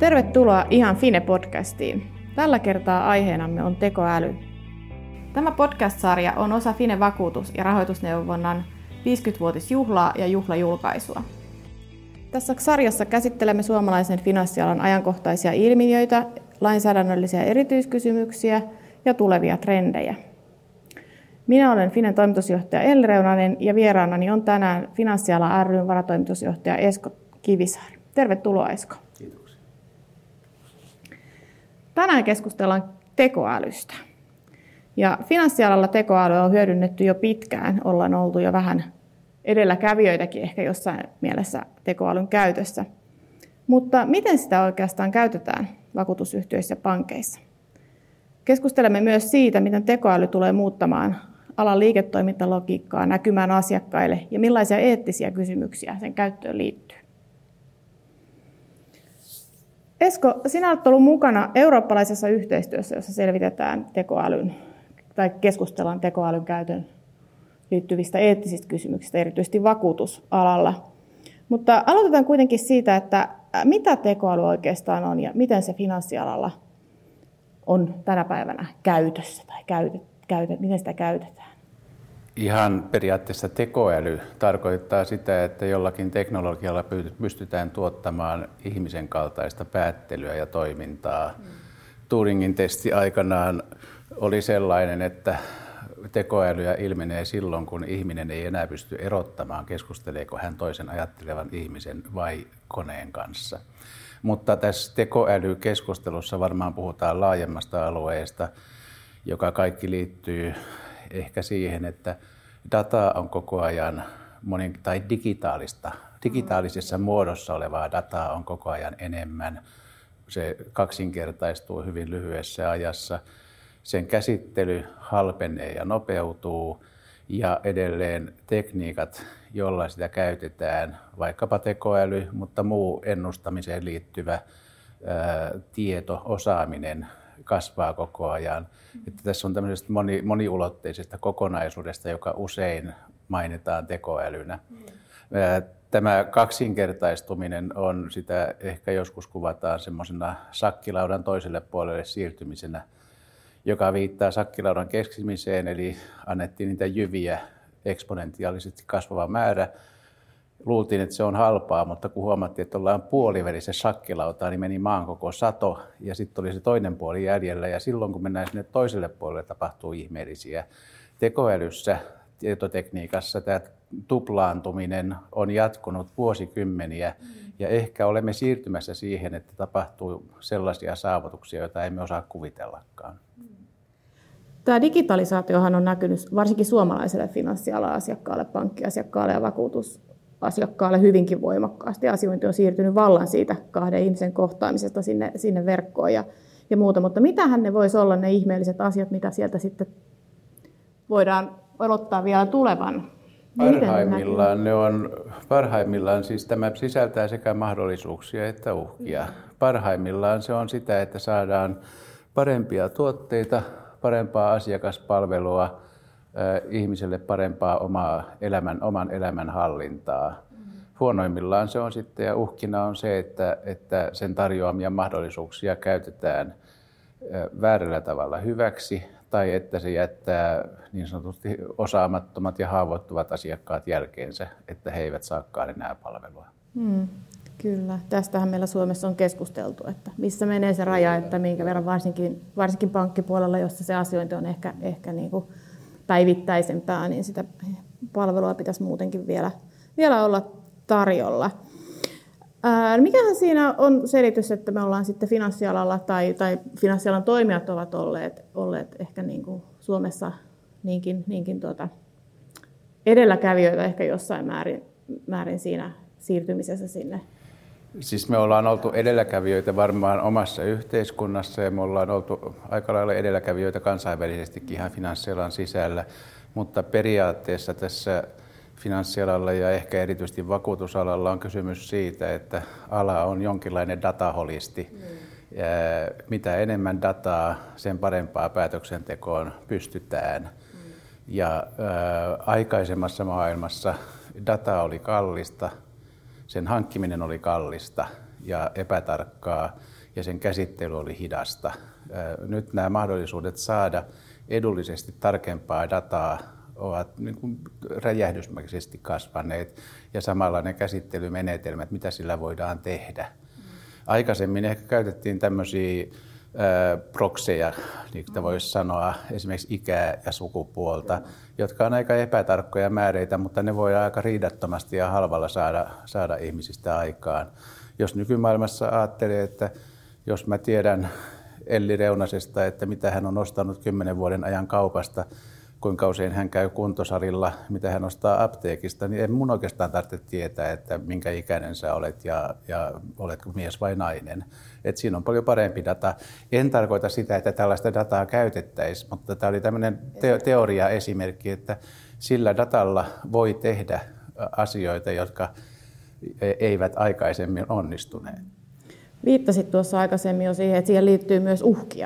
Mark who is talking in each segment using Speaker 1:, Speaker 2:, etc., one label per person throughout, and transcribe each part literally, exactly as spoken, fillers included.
Speaker 1: Tervetuloa Ihan Fine-podcastiin. Tällä kertaa aiheenamme on tekoäly. Tämä podcast-sarja on osa Fine-vakuutus- ja rahoitusneuvonnan viisikymmenvuotisjuhlaa ja juhlajulkaisua. Tässä sarjassa käsittelemme suomalaisen finanssialan ajankohtaisia ilmiöitä, lainsäädännöllisiä erityiskysymyksiä ja tulevia trendejä. Minä olen Finen toimitusjohtaja Elli Reunanen ja vieraanani on tänään Finanssiala ry:n varatoimitusjohtaja Esko Kivisaari. Tervetuloa, Esko.
Speaker 2: Kiitoksia.
Speaker 1: Tänään keskustellaan tekoälystä. Ja finanssialalla tekoälyä on hyödynnetty jo pitkään, ollaan oltu jo vähän edelläkävijöitäkin ehkä jossain mielessä tekoälyn käytössä. Mutta miten sitä oikeastaan käytetään vakuutusyhtiöissä ja pankeissa? Keskustelemme myös siitä, miten tekoäly tulee muuttamaan alan liiketoimintalogiikkaa näkymään asiakkaille ja millaisia eettisiä kysymyksiä sen käyttöön liittyy. Esko, sinä olet ollut mukana eurooppalaisessa yhteistyössä, jossa selvitetään tekoälyn tai keskustellaan tekoälyn käytön liittyvistä eettisistä kysymyksistä, erityisesti vakuutusalalla. Mutta aloitetaan kuitenkin siitä, että mitä tekoäly oikeastaan on ja miten se finanssialalla on tänä päivänä käytössä tai käytet, käytet, miten sitä käytetään?
Speaker 2: Ihan periaatteessa tekoäly tarkoittaa sitä, että jollakin teknologialla pystytään tuottamaan ihmisen kaltaista päättelyä ja toimintaa. Mm. Turingin testi aikanaan oli sellainen, että tekoälyä ilmenee silloin, kun ihminen ei enää pysty erottamaan, keskusteleeko hän toisen ajattelevan ihmisen vai koneen kanssa. Mutta tässä tekoälykeskustelussa varmaan puhutaan laajemmasta alueesta, joka kaikki liittyy ehkä siihen, että dataa on koko ajan, monin, tai digitaalista, digitaalisessa muodossa olevaa dataa on koko ajan enemmän. Se kaksinkertaistuu hyvin lyhyessä ajassa. Sen käsittely halpenee ja nopeutuu ja edelleen tekniikat, joilla sitä käytetään, vaikkapa tekoäly, mutta muu ennustamiseen liittyvä ää, tieto, osaaminen kasvaa koko ajan. Että tässä on tämmöisestä moni, moniulotteisesta kokonaisuudesta, joka usein mainitaan tekoälynä. Mm. Tämä kaksinkertaistuminen on, sitä ehkä joskus kuvataan semmoisena sakkilaudan toiselle puolelle siirtymisenä, joka viittaa sakkilaudan keskimiseen, eli annettiin niitä jyviä eksponentiaalisesti kasvava määrä. Luultiin, että se on halpaa, mutta kun huomattiin, että ollaan puolivälissä sakkilautaa, niin meni maan koko sato ja sitten oli se toinen puoli jäljellä. Ja silloin, kun mennään sinne toiselle puolelle, tapahtuu ihmeellisiä. Tekoälyssä, tietotekniikassa tämä tuplaantuminen on jatkunut vuosikymmeniä ja ehkä olemme siirtymässä siihen, että tapahtuu sellaisia saavutuksia, joita emme osaa kuvitellakaan.
Speaker 1: Tämä digitalisaatiohan on näkynyt varsinkin suomalaiselle finanssialan asiakkaalle, pankkiasiakkaalle ja vakuutusasiakkaalle hyvinkin voimakkaasti. Asiointi on siirtynyt vallan siitä kahden ihmisen kohtaamisesta sinne, sinne verkkoon ja, ja muuta. Mutta mitähän ne voisi olla ne ihmeelliset asiat, mitä sieltä sitten voidaan odottaa vielä tulevan?
Speaker 2: Parhaimmillaan, ne on, parhaimmillaan siis tämä sisältää sekä mahdollisuuksia että uhkia. Parhaimmillaan se on sitä, että saadaan parempia tuotteita, parempaa asiakaspalvelua, äh, ihmiselle parempaa omaa elämän, oman elämän hallintaa. Mm. Huonoimmillaan se on sitten, ja uhkina on se, että, että sen tarjoamia mahdollisuuksia käytetään äh, väärällä tavalla hyväksi, tai että se jättää niin sanotusti osaamattomat ja haavoittuvat asiakkaat jälkeensä, että he eivät saakaan enää palvelua.
Speaker 1: Mm. Kyllä. Tästähän meillä Suomessa on keskusteltu, että missä menee se raja, että minkä verran varsinkin, varsinkin pankkipuolella, jossa se asiointi on ehkä, ehkä niin kuin päivittäisempää, niin sitä palvelua pitäisi muutenkin vielä, vielä olla tarjolla. Ää, mikähän siinä on selitys, että me ollaan sitten finanssialalla tai, tai finanssialan toimijat ovat olleet, olleet ehkä niin kuin Suomessa niinkin, niinkin tuota edelläkävijöitä ehkä jossain määrin, määrin siinä siirtymisessä sinne?
Speaker 2: Siis me ollaan oltu edelläkävijöitä varmaan omassa yhteiskunnassa ja me ollaan oltu aika lailla edelläkävijöitä kansainvälisestikin ihan finanssialan sisällä, mutta periaatteessa tässä finanssialalla ja ehkä erityisesti vakuutusalalla on kysymys siitä, että ala on jonkinlainen dataholisti. Mm. Ja mitä enemmän dataa, sen parempaa päätöksentekoon pystytään. Mm. Ja ää, aikaisemmassa maailmassa data oli kallista, sen hankkiminen oli kallista ja epätarkkaa ja sen käsittely oli hidasta. Nyt nämä mahdollisuudet saada edullisesti tarkempaa dataa ovat niin kuin räjähdysmäisesti kasvaneet ja samalla ne käsittelymenetelmät, mitä sillä voidaan tehdä. Aikaisemmin ehkä käytettiin tämmöisiä prokseja, niin kuin voisi sanoa, esimerkiksi ikää ja sukupuolta, jotka on aika epätarkkoja määreitä, mutta ne voi aika riidattomasti ja halvalla saada, saada ihmisistä aikaan. Jos nykymaailmassa ajattelee, että jos mä tiedän Elli Reunasesta, että mitä hän on ostanut kymmenen vuoden ajan kaupasta, kuinka usein hän käy kuntosalilla, mitä hän ostaa apteekista, niin en mun oikeastaan tarvitse tietää, että minkä ikäinen sä olet ja, ja oletko mies vai nainen. Et siinä on paljon parempi data. En tarkoita sitä, että tällaista dataa käytettäisiin, mutta tämä oli tämmöinen te- teoriaesimerkki, että sillä datalla voi tehdä asioita, jotka eivät aikaisemmin onnistuneet.
Speaker 1: Viittasit tuossa aikaisemmin jo siihen, että siihen liittyy myös uhkia.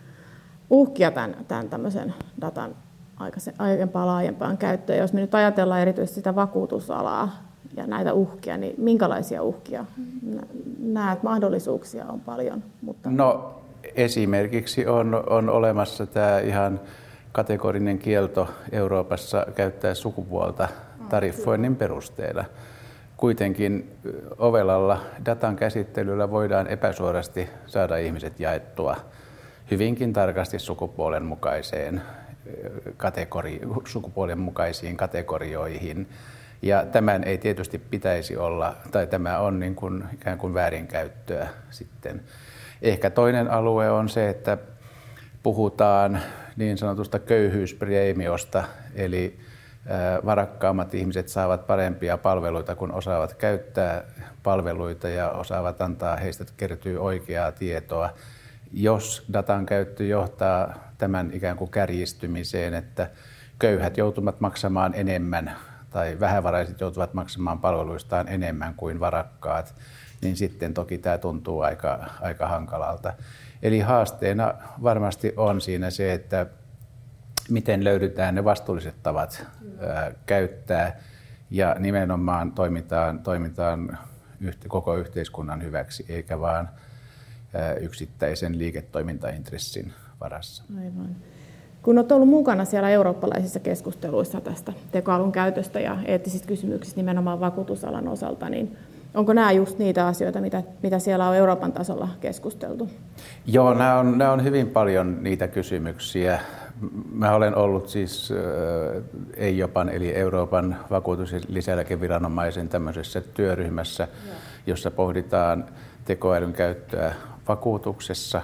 Speaker 1: Uhkia tämän, tämän tämmöisen datan aiempaa laajempaan käyttöön. Jos me nyt ajatellaan erityisesti sitä vakuutusalaa ja näitä uhkia, niin minkälaisia uhkia näet? Mahdollisuuksia on paljon. Mutta...
Speaker 2: No esimerkiksi on, on olemassa tämä ihan kategorinen kielto Euroopassa käyttää sukupuolta tariffoinnin perusteella. Kuitenkin ovelalla datan käsittelyllä voidaan epäsuorasti saada ihmiset jaettua hyvinkin tarkasti sukupuolen mukaiseen kategori, sukupuolen mukaisiin kategorioihin. Ja tämän ei tietysti pitäisi olla, tai tämä on niin kuin ikään kuin väärinkäyttöä sitten. Ehkä toinen alue on se, että puhutaan niin sanotusta köyhyyspreemiosta, eli varakkaammat ihmiset saavat parempia palveluita, kun osaavat käyttää palveluita ja osaavat antaa, heistä kertyy oikeaa tietoa. Jos datan käyttö johtaa tämän ikään kuin kärjistymiseen, että köyhät joutuvat maksamaan enemmän tai vähävaraiset joutuvat maksamaan palveluistaan enemmän kuin varakkaat, niin sitten toki tämä tuntuu aika, aika hankalalta. Eli haasteena varmasti on siinä se, että miten löydetään ne vastuulliset tavat ää, käyttää ja nimenomaan toimitaan, toimitaan yhte, koko yhteiskunnan hyväksi, eikä vaan ää, yksittäisen liiketoimintaintressin varassa.
Speaker 1: Aivan. Kun olet ollut mukana siellä eurooppalaisissa keskusteluissa tästä tekoälyn käytöstä ja eettisistä kysymyksistä nimenomaan vakuutusalan osalta, niin onko nämä just niitä asioita, mitä, mitä siellä on Euroopan tasolla keskusteltu?
Speaker 2: Joo, nämä on, nämä on hyvin paljon niitä kysymyksiä. Mä olen ollut siis äh, E I O P An eli Euroopan vakuutus- ja lisäeläkeviranomaisen tämmöisessä työryhmässä, ja. jossa pohditaan tekoälyn käyttöä vakuutuksessa.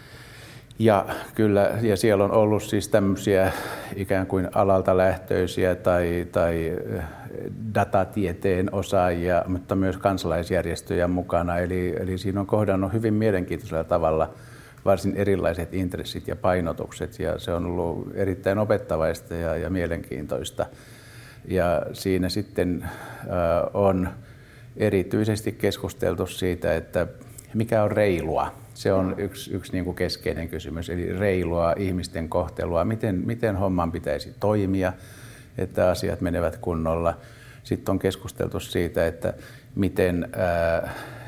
Speaker 2: Ja kyllä, ja siellä on ollut siis tämmöisiä ikään kuin alalta lähtöisiä tai, tai datatieteen osaajia, mutta myös kansalaisjärjestöjä mukana. Eli, eli siinä on kohdannut hyvin mielenkiintoisella tavalla varsin erilaiset intressit ja painotukset, ja se on ollut erittäin opettavaista ja, ja mielenkiintoista. Ja siinä sitten äh, on erityisesti keskusteltu siitä, että mikä on reilua. Se on yksi, yksi niin kuin keskeinen kysymys, eli reilua ihmisten kohtelua, miten, miten homman pitäisi toimia, että asiat menevät kunnolla. Sitten on keskusteltu siitä, että miten ää,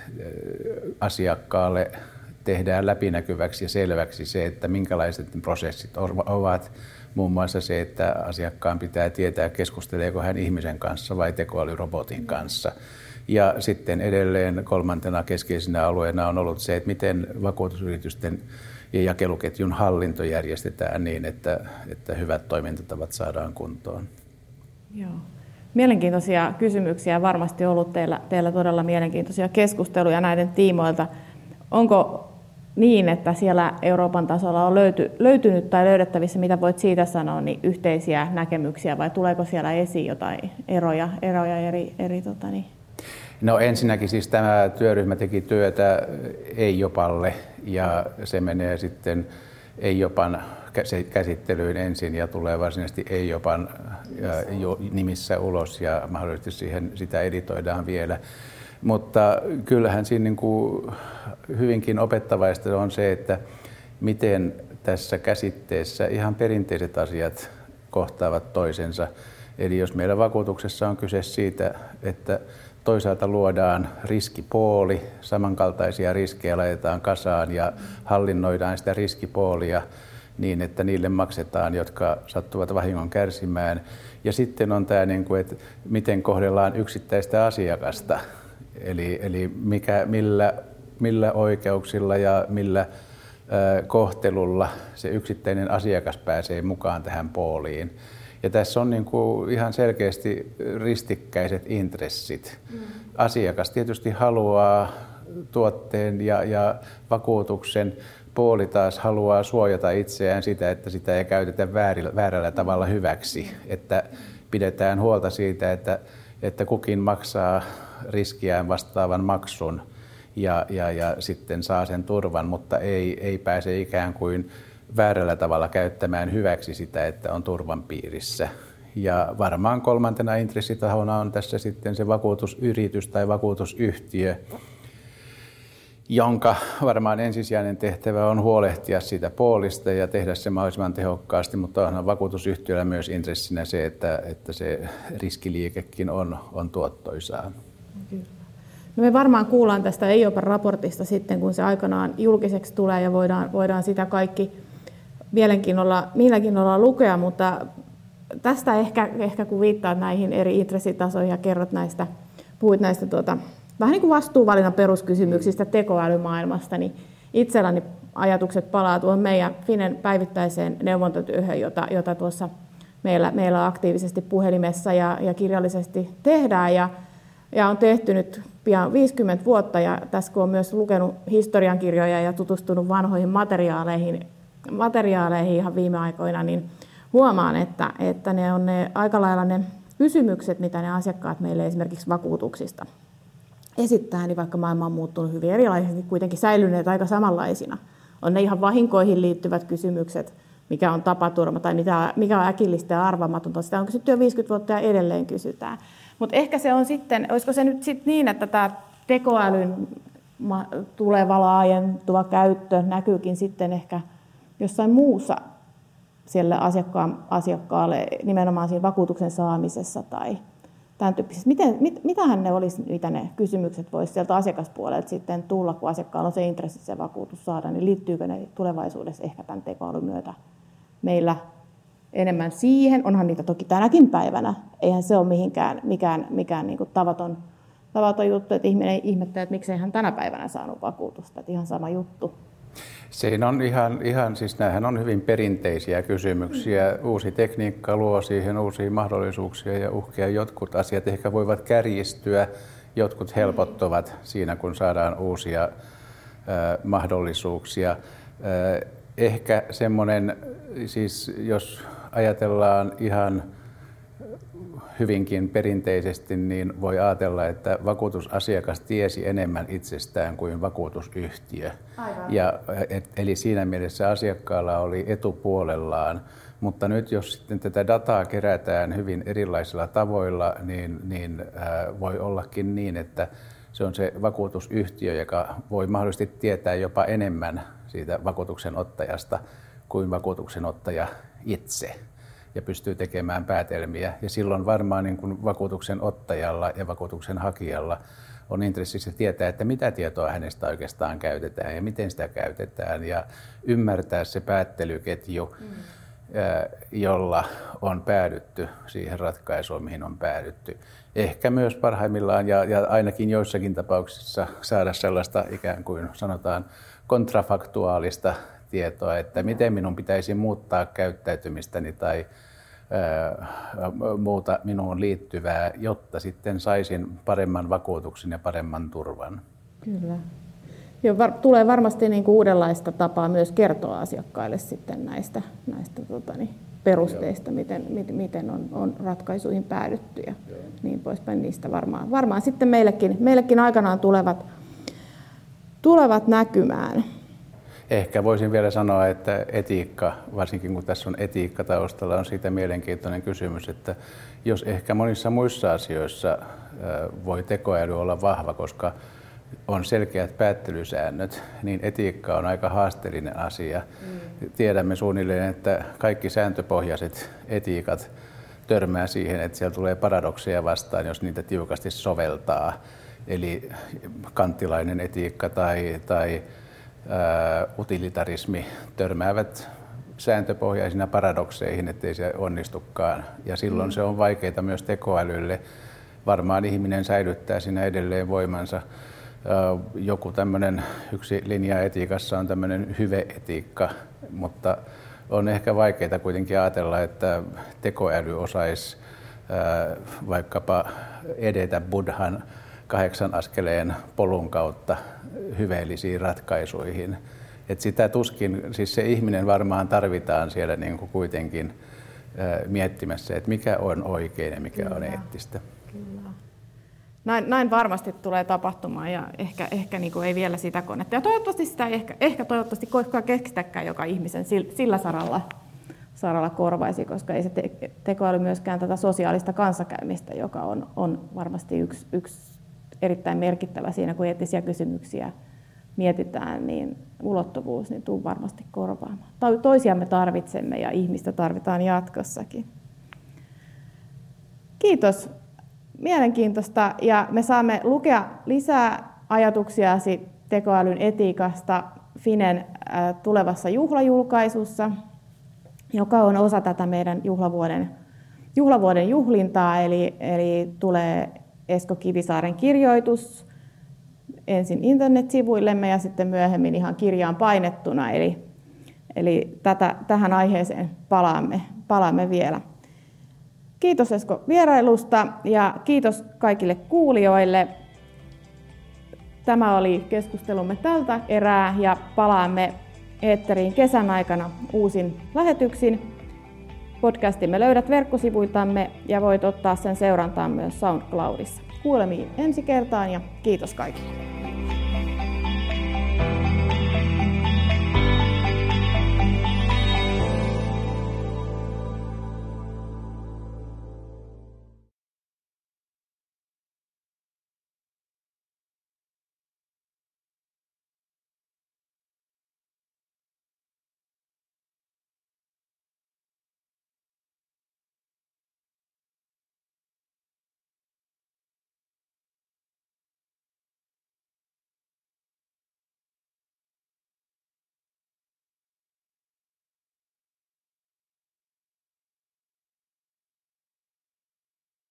Speaker 2: asiakkaalle tehdään läpinäkyväksi ja selväksi se, että minkälaiset prosessit ovat. Muun muassa se, että asiakkaan pitää tietää, keskusteleeko hän ihmisen kanssa vai tekoälyrobotin kanssa. Ja sitten edelleen kolmantena keskeisenä alueena on ollut se, että miten vakuutusyritysten ja jakeluketjun hallinto järjestetään niin, että, että hyvät toimintatavat saadaan kuntoon.
Speaker 1: Joo. Mielenkiintoisia kysymyksiä varmasti ollut teillä, teillä todella mielenkiintoisia keskusteluja näiden tiimoilta. Onko niin, että siellä Euroopan tasolla on löyty, löytynyt tai löydettävissä, mitä voit siitä sanoa, niin yhteisiä näkemyksiä vai tuleeko siellä esiin jotain eroja, eroja eri, eri tota niin?
Speaker 2: No ensinnäkin siis tämä työryhmä teki työtä E I O P Alle ja se menee sitten E I O P An käsittelyyn ensin ja tulee varsinaisesti E I O P An nimissä ulos ja mahdollisesti siihen, sitä editoidaan vielä. Mutta kyllähän siinä niin kuin hyvinkin opettavaista on se, että miten tässä käsitteessä ihan perinteiset asiat kohtaavat toisensa. Eli jos meillä vakuutuksessa on kyse siitä, että toisaalta luodaan riskipooli, samankaltaisia riskejä laitetaan kasaan ja hallinnoidaan sitä riskipoolia niin, että niille maksetaan, jotka sattuvat vahingon kärsimään. Ja sitten on tämä, että miten kohdellaan yksittäistä asiakasta, eli, eli mikä, millä, millä oikeuksilla ja millä kohtelulla se yksittäinen asiakas pääsee mukaan tähän pooliin. Ja tässä on niin kuin ihan selkeästi ristikkäiset intressit. Mm. Asiakas tietysti haluaa tuotteen ja, ja vakuutuksen, puoli taas haluaa suojata itseään sitä, että sitä ei käytetä väärillä, väärällä tavalla hyväksi. Että pidetään huolta siitä, että, että kukin maksaa riskiään vastaavan maksun ja, ja, ja sitten saa sen turvan, mutta ei, ei pääse ikään kuin väärällä tavalla käyttämään hyväksi sitä, että on turvan piirissä. Ja varmaan kolmantena intressitahona on tässä sitten se vakuutusyritys tai vakuutusyhtiö, jonka varmaan ensisijainen tehtävä on huolehtia siitä poolista ja tehdä se mahdollisimman tehokkaasti, mutta onhan vakuutusyhtiöllä myös intressinä se, että, että se riskiliikekin on, on tuottoisaa.
Speaker 1: Kyllä. No me varmaan kuullaan tästä E I O P A-raportista sitten, kun se aikanaan julkiseksi tulee ja voidaan, voidaan sitä kaikki mielenkiinnolla, mielenkiinnolla lukea, mutta tästä ehkä, ehkä kun viittaat näihin eri intressitasoihin ja kerrot näistä, puhuit näistä tuota, vähän niin kuin vastuuvalinnan peruskysymyksistä tekoälymaailmasta, niin itselläni ajatukset palaa tuohon meidän Finen päivittäiseen neuvontatyöhön, jota, jota tuossa meillä, meillä aktiivisesti puhelimessa ja, ja kirjallisesti tehdään. Ja, ja on tehty nyt pian viisikymmentä vuotta, ja tässä kun on myös lukenut historiankirjoja ja tutustunut vanhoihin materiaaleihin, materiaaleihin ihan viime aikoina, niin huomaan, että, että ne on ne, aika lailla ne kysymykset, mitä ne asiakkaat meille esimerkiksi vakuutuksista esittää, niin vaikka maailma on muuttunut hyvin erilaisesti, kuitenkin säilyneet aika samanlaisina. On ne ihan vahinkoihin liittyvät kysymykset, mikä on tapaturma tai mikä on äkillistä ja arvaamatonta. Sitä on kysytty jo viisikymmentä vuotta ja edelleen kysytään. Mutta ehkä se on sitten, olisiko se nyt sitten niin, että tämä tekoälyn tuleva laajentuva käyttö näkyykin sitten ehkä jossain muussa siellä asiakkaan, asiakkaalle, nimenomaan siinä vakuutuksen saamisessa tai tämän tyyppisessä. Miten, mit, mitähän ne olisi, mitä ne kysymykset voisi sieltä asiakaspuolelta sitten tulla, kun asiakkaalla on se intressi se vakuutus saada, niin liittyykö ne tulevaisuudessa ehkä tämän tekoälyn myötä meillä enemmän siihen? Onhan niitä toki tänäkin päivänä. Eihän se ole mihinkään, mikään, mikään niin kuin tavaton, tavaton juttu, että ihminen ihmettelee, että miksei hän tänä päivänä saanut vakuutusta. Että ihan sama juttu.
Speaker 2: Siinä on ihan, ihan, siis nämähän on hyvin perinteisiä kysymyksiä. Uusi tekniikka luo siihen uusia mahdollisuuksia ja uhkia. Jotkut asiat ehkä voivat kärjistyä, jotkut helpottuvat siinä, kun saadaan uusia äh, mahdollisuuksia. Äh, ehkä semmoinen, siis jos ajatellaan ihan hyvinkin perinteisesti, niin voi ajatella, että vakuutusasiakas tiesi enemmän itsestään kuin vakuutusyhtiö. Ja, et, eli siinä mielessä asiakkaalla oli etupuolellaan. Mutta nyt jos sitten tätä dataa kerätään hyvin erilaisilla tavoilla, niin, niin äh, voi ollakin niin, että se on se vakuutusyhtiö, joka voi mahdollisesti tietää jopa enemmän siitä vakuutuksen ottajasta kuin vakuutuksen ottaja itse. Ja pystyy tekemään päätelmiä. Ja silloin varmaan niin kuin vakuutuksen ottajalla ja vakuutuksen hakijalla on intressissä tietää, että mitä tietoa hänestä oikeastaan käytetään ja miten sitä käytetään. Ja ymmärtää se päättelyketju, mm. jolla on päädytty siihen ratkaisuun, mihin on päädytty. Ehkä myös parhaimmillaan ja, ja ainakin joissakin tapauksissa saada sellaista ikään kuin sanotaan kontrafaktuaalista tietoa, että miten minun pitäisi muuttaa käyttäytymistäni tai ää, muuta minuun liittyvää, jotta sitten saisin paremman vakuutuksen ja paremman turvan.
Speaker 1: Kyllä. Ja var, tulee varmasti niin kuin uudenlaista tapaa myös kertoa asiakkaille sitten näistä, näistä tota, niin, perusteista, miten, miten on, on ratkaisuihin päädytty ja Joo. niin poispäin. Niistä varmaan, varmaan sitten meillekin, meillekin aikanaan tulevat, tulevat näkymään.
Speaker 2: Ehkä voisin vielä sanoa, että etiikka, varsinkin kun tässä on etiikka taustalla, on siitä mielenkiintoinen kysymys, että jos ehkä monissa muissa asioissa voi tekoäly olla vahva, koska on selkeät päättelysäännöt, niin etiikka on aika haasteellinen asia. Mm. Tiedämme suunnilleen, että kaikki sääntöpohjaiset etiikat törmää siihen, että siellä tulee paradokseja vastaan, jos niitä tiukasti soveltaa. Eli kanttilainen etiikka tai, tai ää, utilitarismi törmäävät sääntöpohjaisina paradokseihin, ettei se onnistukaan. Ja silloin mm. se on vaikeaa myös tekoälylle. Varmaan ihminen säilyttää siinä edelleen voimansa. Joku tämmöinen, yksi linja etiikassa on tämmöinen hyve-etiikka, mutta on ehkä vaikeaa kuitenkin ajatella, että tekoäly osaisi vaikkapa edetä Buddhan kahdeksan askeleen polun kautta hyveellisiin ratkaisuihin. Et sitä tuskin, siis se ihminen varmaan tarvitaan siellä niin kuin kuitenkin miettimässä, että mikä on oikein ja mikä Kyllä. on eettistä.
Speaker 1: Kyllä. Näin, näin varmasti tulee tapahtumaan ja ehkä, ehkä niin kuin ei vielä sitä konetta. Ja toivottavasti sitä ei ehkä, ehkä toivottavasti koskaan keksitäkään joka ihmisen sillä saralla, saralla korvaisi, koska ei se te, tekoäly myöskään tätä sosiaalista kanssakäymistä, joka on, on varmasti yksi, yksi erittäin merkittävä siinä, kun eettisiä kysymyksiä mietitään, niin ulottuvuus niin tuu varmasti korvaamaan. Toisiamme tarvitsemme ja ihmistä tarvitaan jatkossakin. Kiitos. Mielenkiintoista, ja me saamme lukea lisää ajatuksiasi tekoälyn etiikasta Finen tulevassa juhlajulkaisussa, joka on osa tätä meidän juhlavuoden, juhlavuoden juhlintaa, eli, eli tulee Esko Kivisaaren kirjoitus ensin internetsivuillemme ja sitten myöhemmin ihan kirjaan painettuna, eli, eli tätä, tähän aiheeseen palaamme, palaamme vielä. Kiitos Esko vierailusta ja kiitos kaikille kuulijoille. Tämä oli keskustelumme tältä erää ja palaamme eetteriin kesän aikana uusin lähetyksin. Podcastimme löydät verkkosivuiltamme ja voit ottaa sen seurantaan myös SoundCloudissa. Kuulemiin ensi kertaan ja kiitos kaikille.